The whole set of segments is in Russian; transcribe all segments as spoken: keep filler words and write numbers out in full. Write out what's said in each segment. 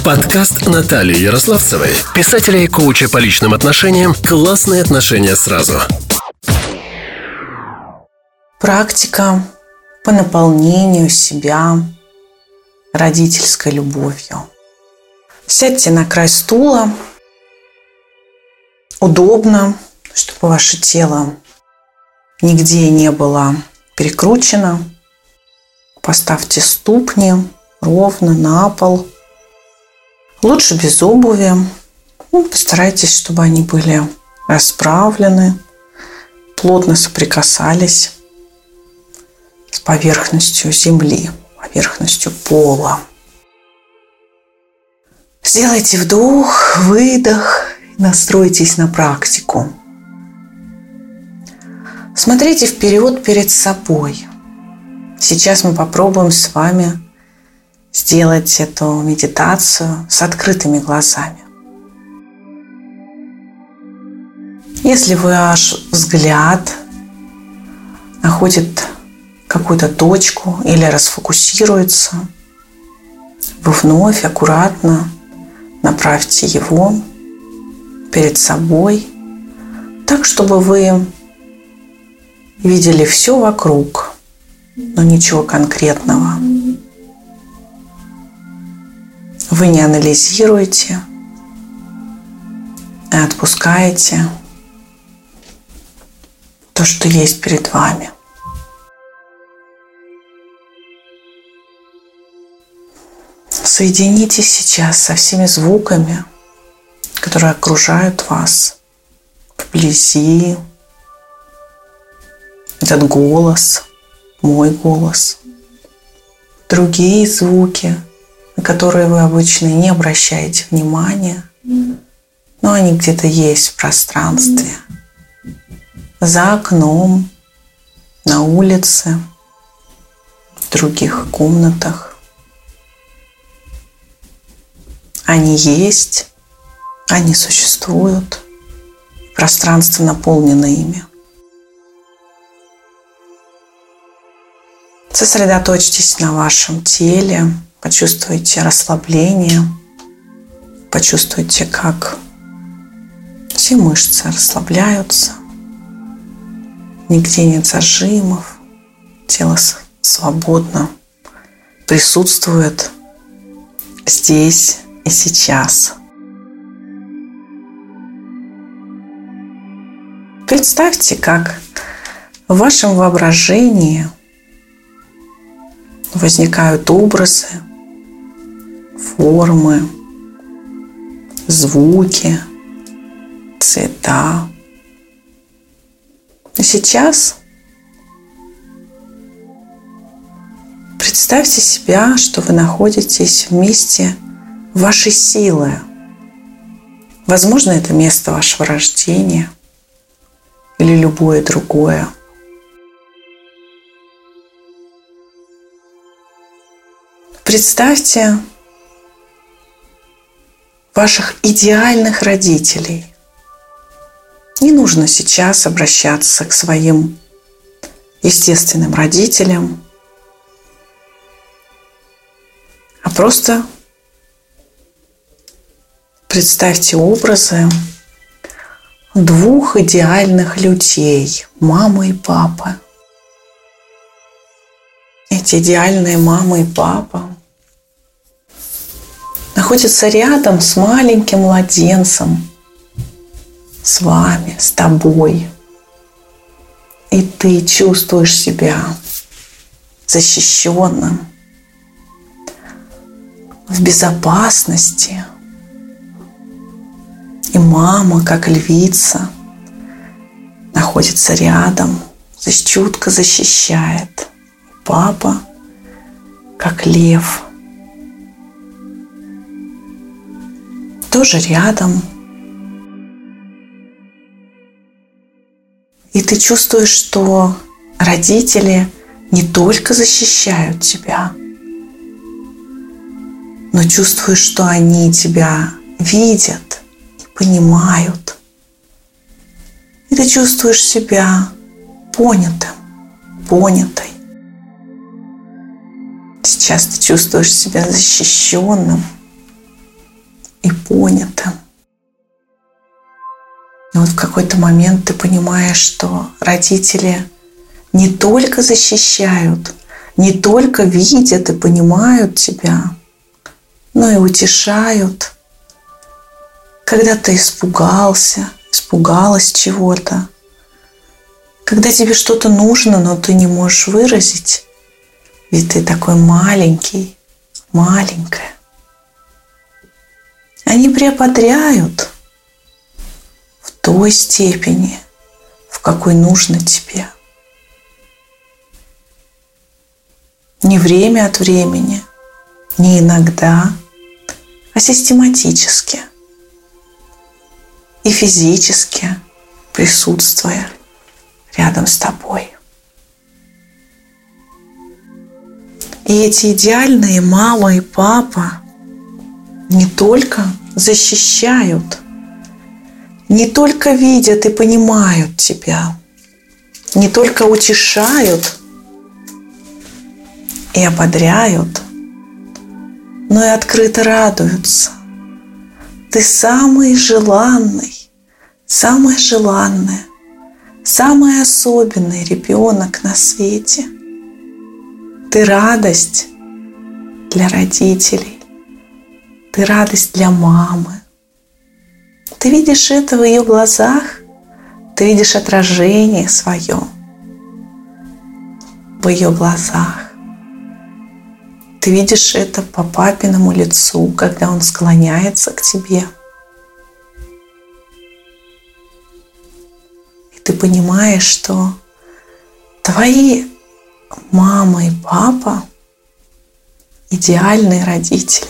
Подкаст Натальи Ярославцевой, писателя и коуча по личным отношениям «Классные отношения сразу». Практика по наполнению себя родительской любовью. Сядьте на край стула, удобно, чтобы ваше тело нигде не было перекручено. Поставьте ступни ровно на пол. Лучше без обуви. Ну, постарайтесь, чтобы они были расправлены, плотно соприкасались с поверхностью земли, поверхностью пола. Сделайте вдох, выдох и настройтесь на практику. Смотрите вперед перед собой. Сейчас мы попробуем с вами сделать эту медитацию с открытыми глазами. Если ваш взгляд находит какую-то точку или расфокусируется, вы вновь аккуратно направьте его перед собой, так, чтобы вы видели все вокруг, но ничего конкретного. Вы не анализируете, а отпускаете то, что есть перед вами. Соединитесь сейчас со всеми звуками, которые окружают вас вблизи. Этот голос, мой голос, другие звуки, на которые вы обычно не обращаете внимания, но они где-то есть в пространстве, за окном, на улице, в других комнатах. Они есть, они существуют, пространство наполнено ими. Сосредоточьтесь на вашем теле, почувствуйте расслабление, почувствуйте, как все мышцы расслабляются, нигде нет зажимов, тело свободно присутствует здесь и сейчас. Представьте, как в вашем воображении возникают образы, формы, звуки, цвета. И сейчас представьте себя, что вы находитесь в месте вашей силы. Возможно, это место вашего рождения или любое другое. Представьте ваших идеальных родителей. Не нужно сейчас обращаться к своим естественным родителям, а просто представьте образы двух идеальных людей, мамы и папы. Эти идеальные мама и папа находятся рядом с маленьким младенцем, с вами, с тобой. И ты чувствуешь себя защищенным, в безопасности. И мама, как львица, находится рядом, чутко защищает. Папа, как лев, тоже рядом. И ты чувствуешь, что родители не только защищают тебя, но чувствуешь, что они тебя видят и понимают. И ты чувствуешь себя понятым, понятой. Сейчас ты чувствуешь себя защищенным, и понятым. И вот в какой-то момент ты понимаешь, что родители не только защищают, не только видят и понимают тебя, но и утешают, когда ты испугался, испугалась чего-то, когда тебе что-то нужно, но ты не можешь выразить, ведь ты такой маленький, маленькая. Они приободряют в той степени, в какой нужно тебе. Не время от времени, не иногда, а систематически и физически присутствуя рядом с тобой. И эти идеальные мама и папа не только защищают, не только видят и понимают тебя, не только утешают и ободряют, но и открыто радуются. Ты самый желанный, самая желанная, самый особенный ребенок на свете. Ты радость для родителей, ты радость для мамы. Ты видишь это в ее глазах, ты видишь отражение свое в ее глазах. Ты видишь это по папиному лицу, когда он склоняется к тебе. И ты понимаешь, что твои мама и папа – идеальные родители.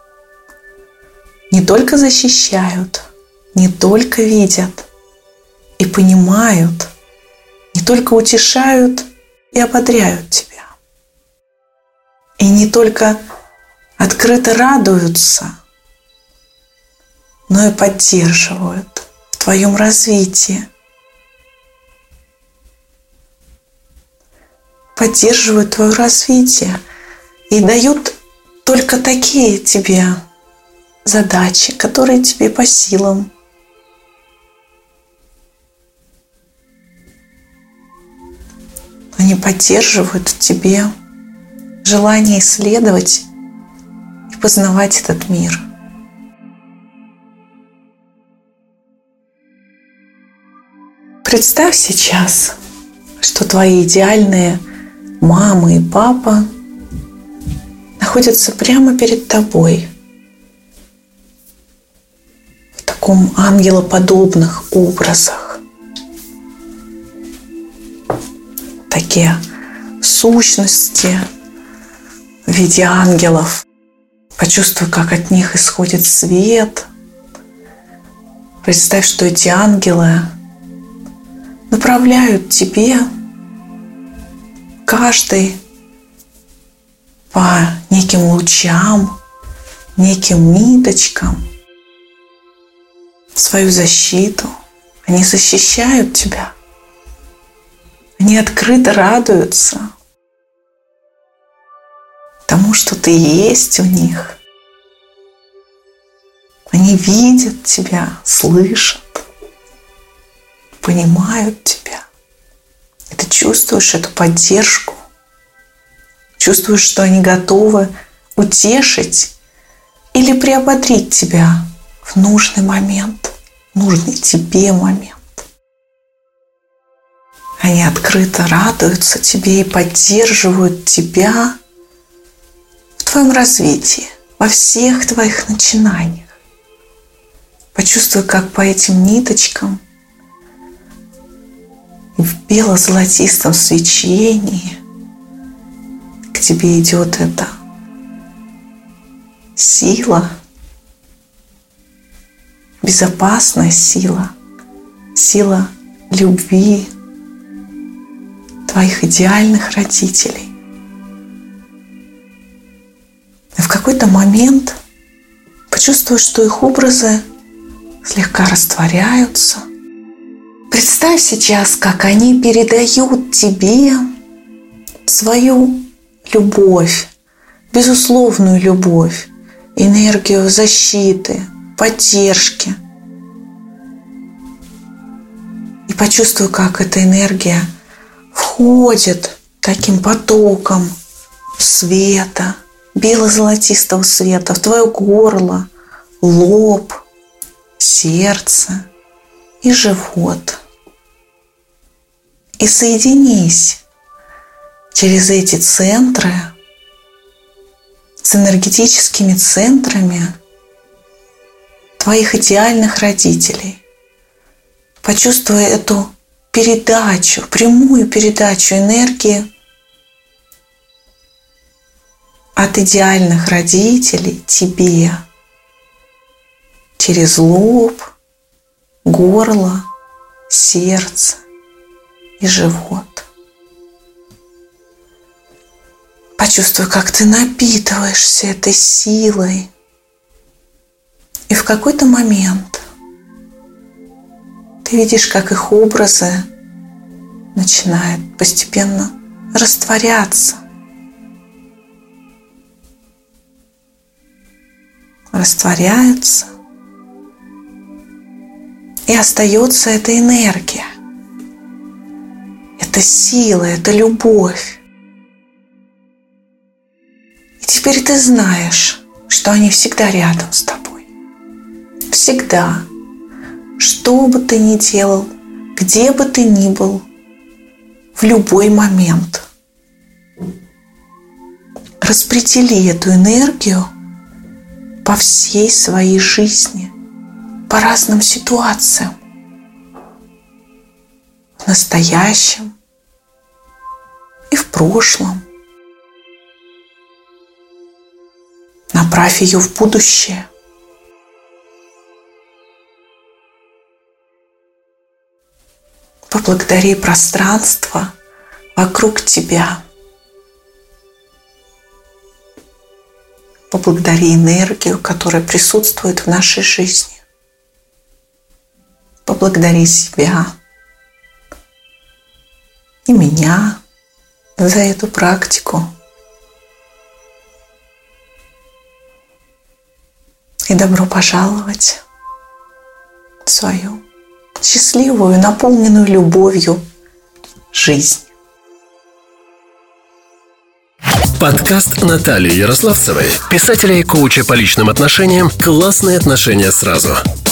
Не только защищают, не только видят и понимают, не только утешают и ободряют тебя. И не только открыто радуются, но и поддерживают в твоем развитии. Поддерживают твое развитие и дают только такие тебе задачи, которые тебе по силам. Они поддерживают в тебе желание исследовать и познавать этот мир. Представь сейчас, что твои идеальные мама и папа находятся прямо перед тобой в таком ангелоподобных образах. Такие сущности в виде ангелов. Почувствуй, как от них исходит свет. Представь, что эти ангелы направляют тебе каждый по неким лучам, неким ниточкам свою защиту. Они защищают тебя. Они открыто радуются тому, что ты есть у них. Они видят тебя, слышат, понимают тебя. И ты чувствуешь эту поддержку, чувствуешь, что они готовы утешить или приободрить тебя в нужный момент, нужный тебе момент. Они открыто радуются тебе и поддерживают тебя в твоем развитии, во всех твоих начинаниях. Почувствуй, как по этим ниточкам в бело-золотистом свечении к тебе идет эта сила, безопасная сила, сила любви твоих идеальных родителей. И в какой-то момент почувствуй, что их образы слегка растворяются. Представь сейчас, как они передают тебе свою любовь, безусловную любовь, энергию защиты, поддержки. И почувствуй, как эта энергия входит таким потоком света, бело-золотистого света в твое горло, лоб, сердце и живот. И соединись через эти центры с энергетическими центрами твоих идеальных родителей. Почувствуй эту передачу, прямую передачу энергии от идеальных родителей тебе через лоб, горло, сердце и живот. Почувствуй, как ты напитываешься этой силой. И в какой-то момент ты видишь, как их образы начинают постепенно растворяться. Растворяются. И остается эта энергия. Это сила, это любовь. И теперь ты знаешь, что они всегда рядом с тобой. Всегда. Что бы ты ни делал, где бы ты ни был, в любой момент. Распредели эту энергию по всей своей жизни, по разным ситуациям. В настоящем и в прошлом. Направь ее в будущее. Поблагодари пространство вокруг тебя. Поблагодари энергию, которая присутствует в нашей жизни. Поблагодари себя и меня за эту практику. И добро пожаловать в свою счастливую, наполненную любовью жизнь. Подкаст Натальи Ярославцевой, писателя и коуча по личным отношениям «Классные отношения сразу».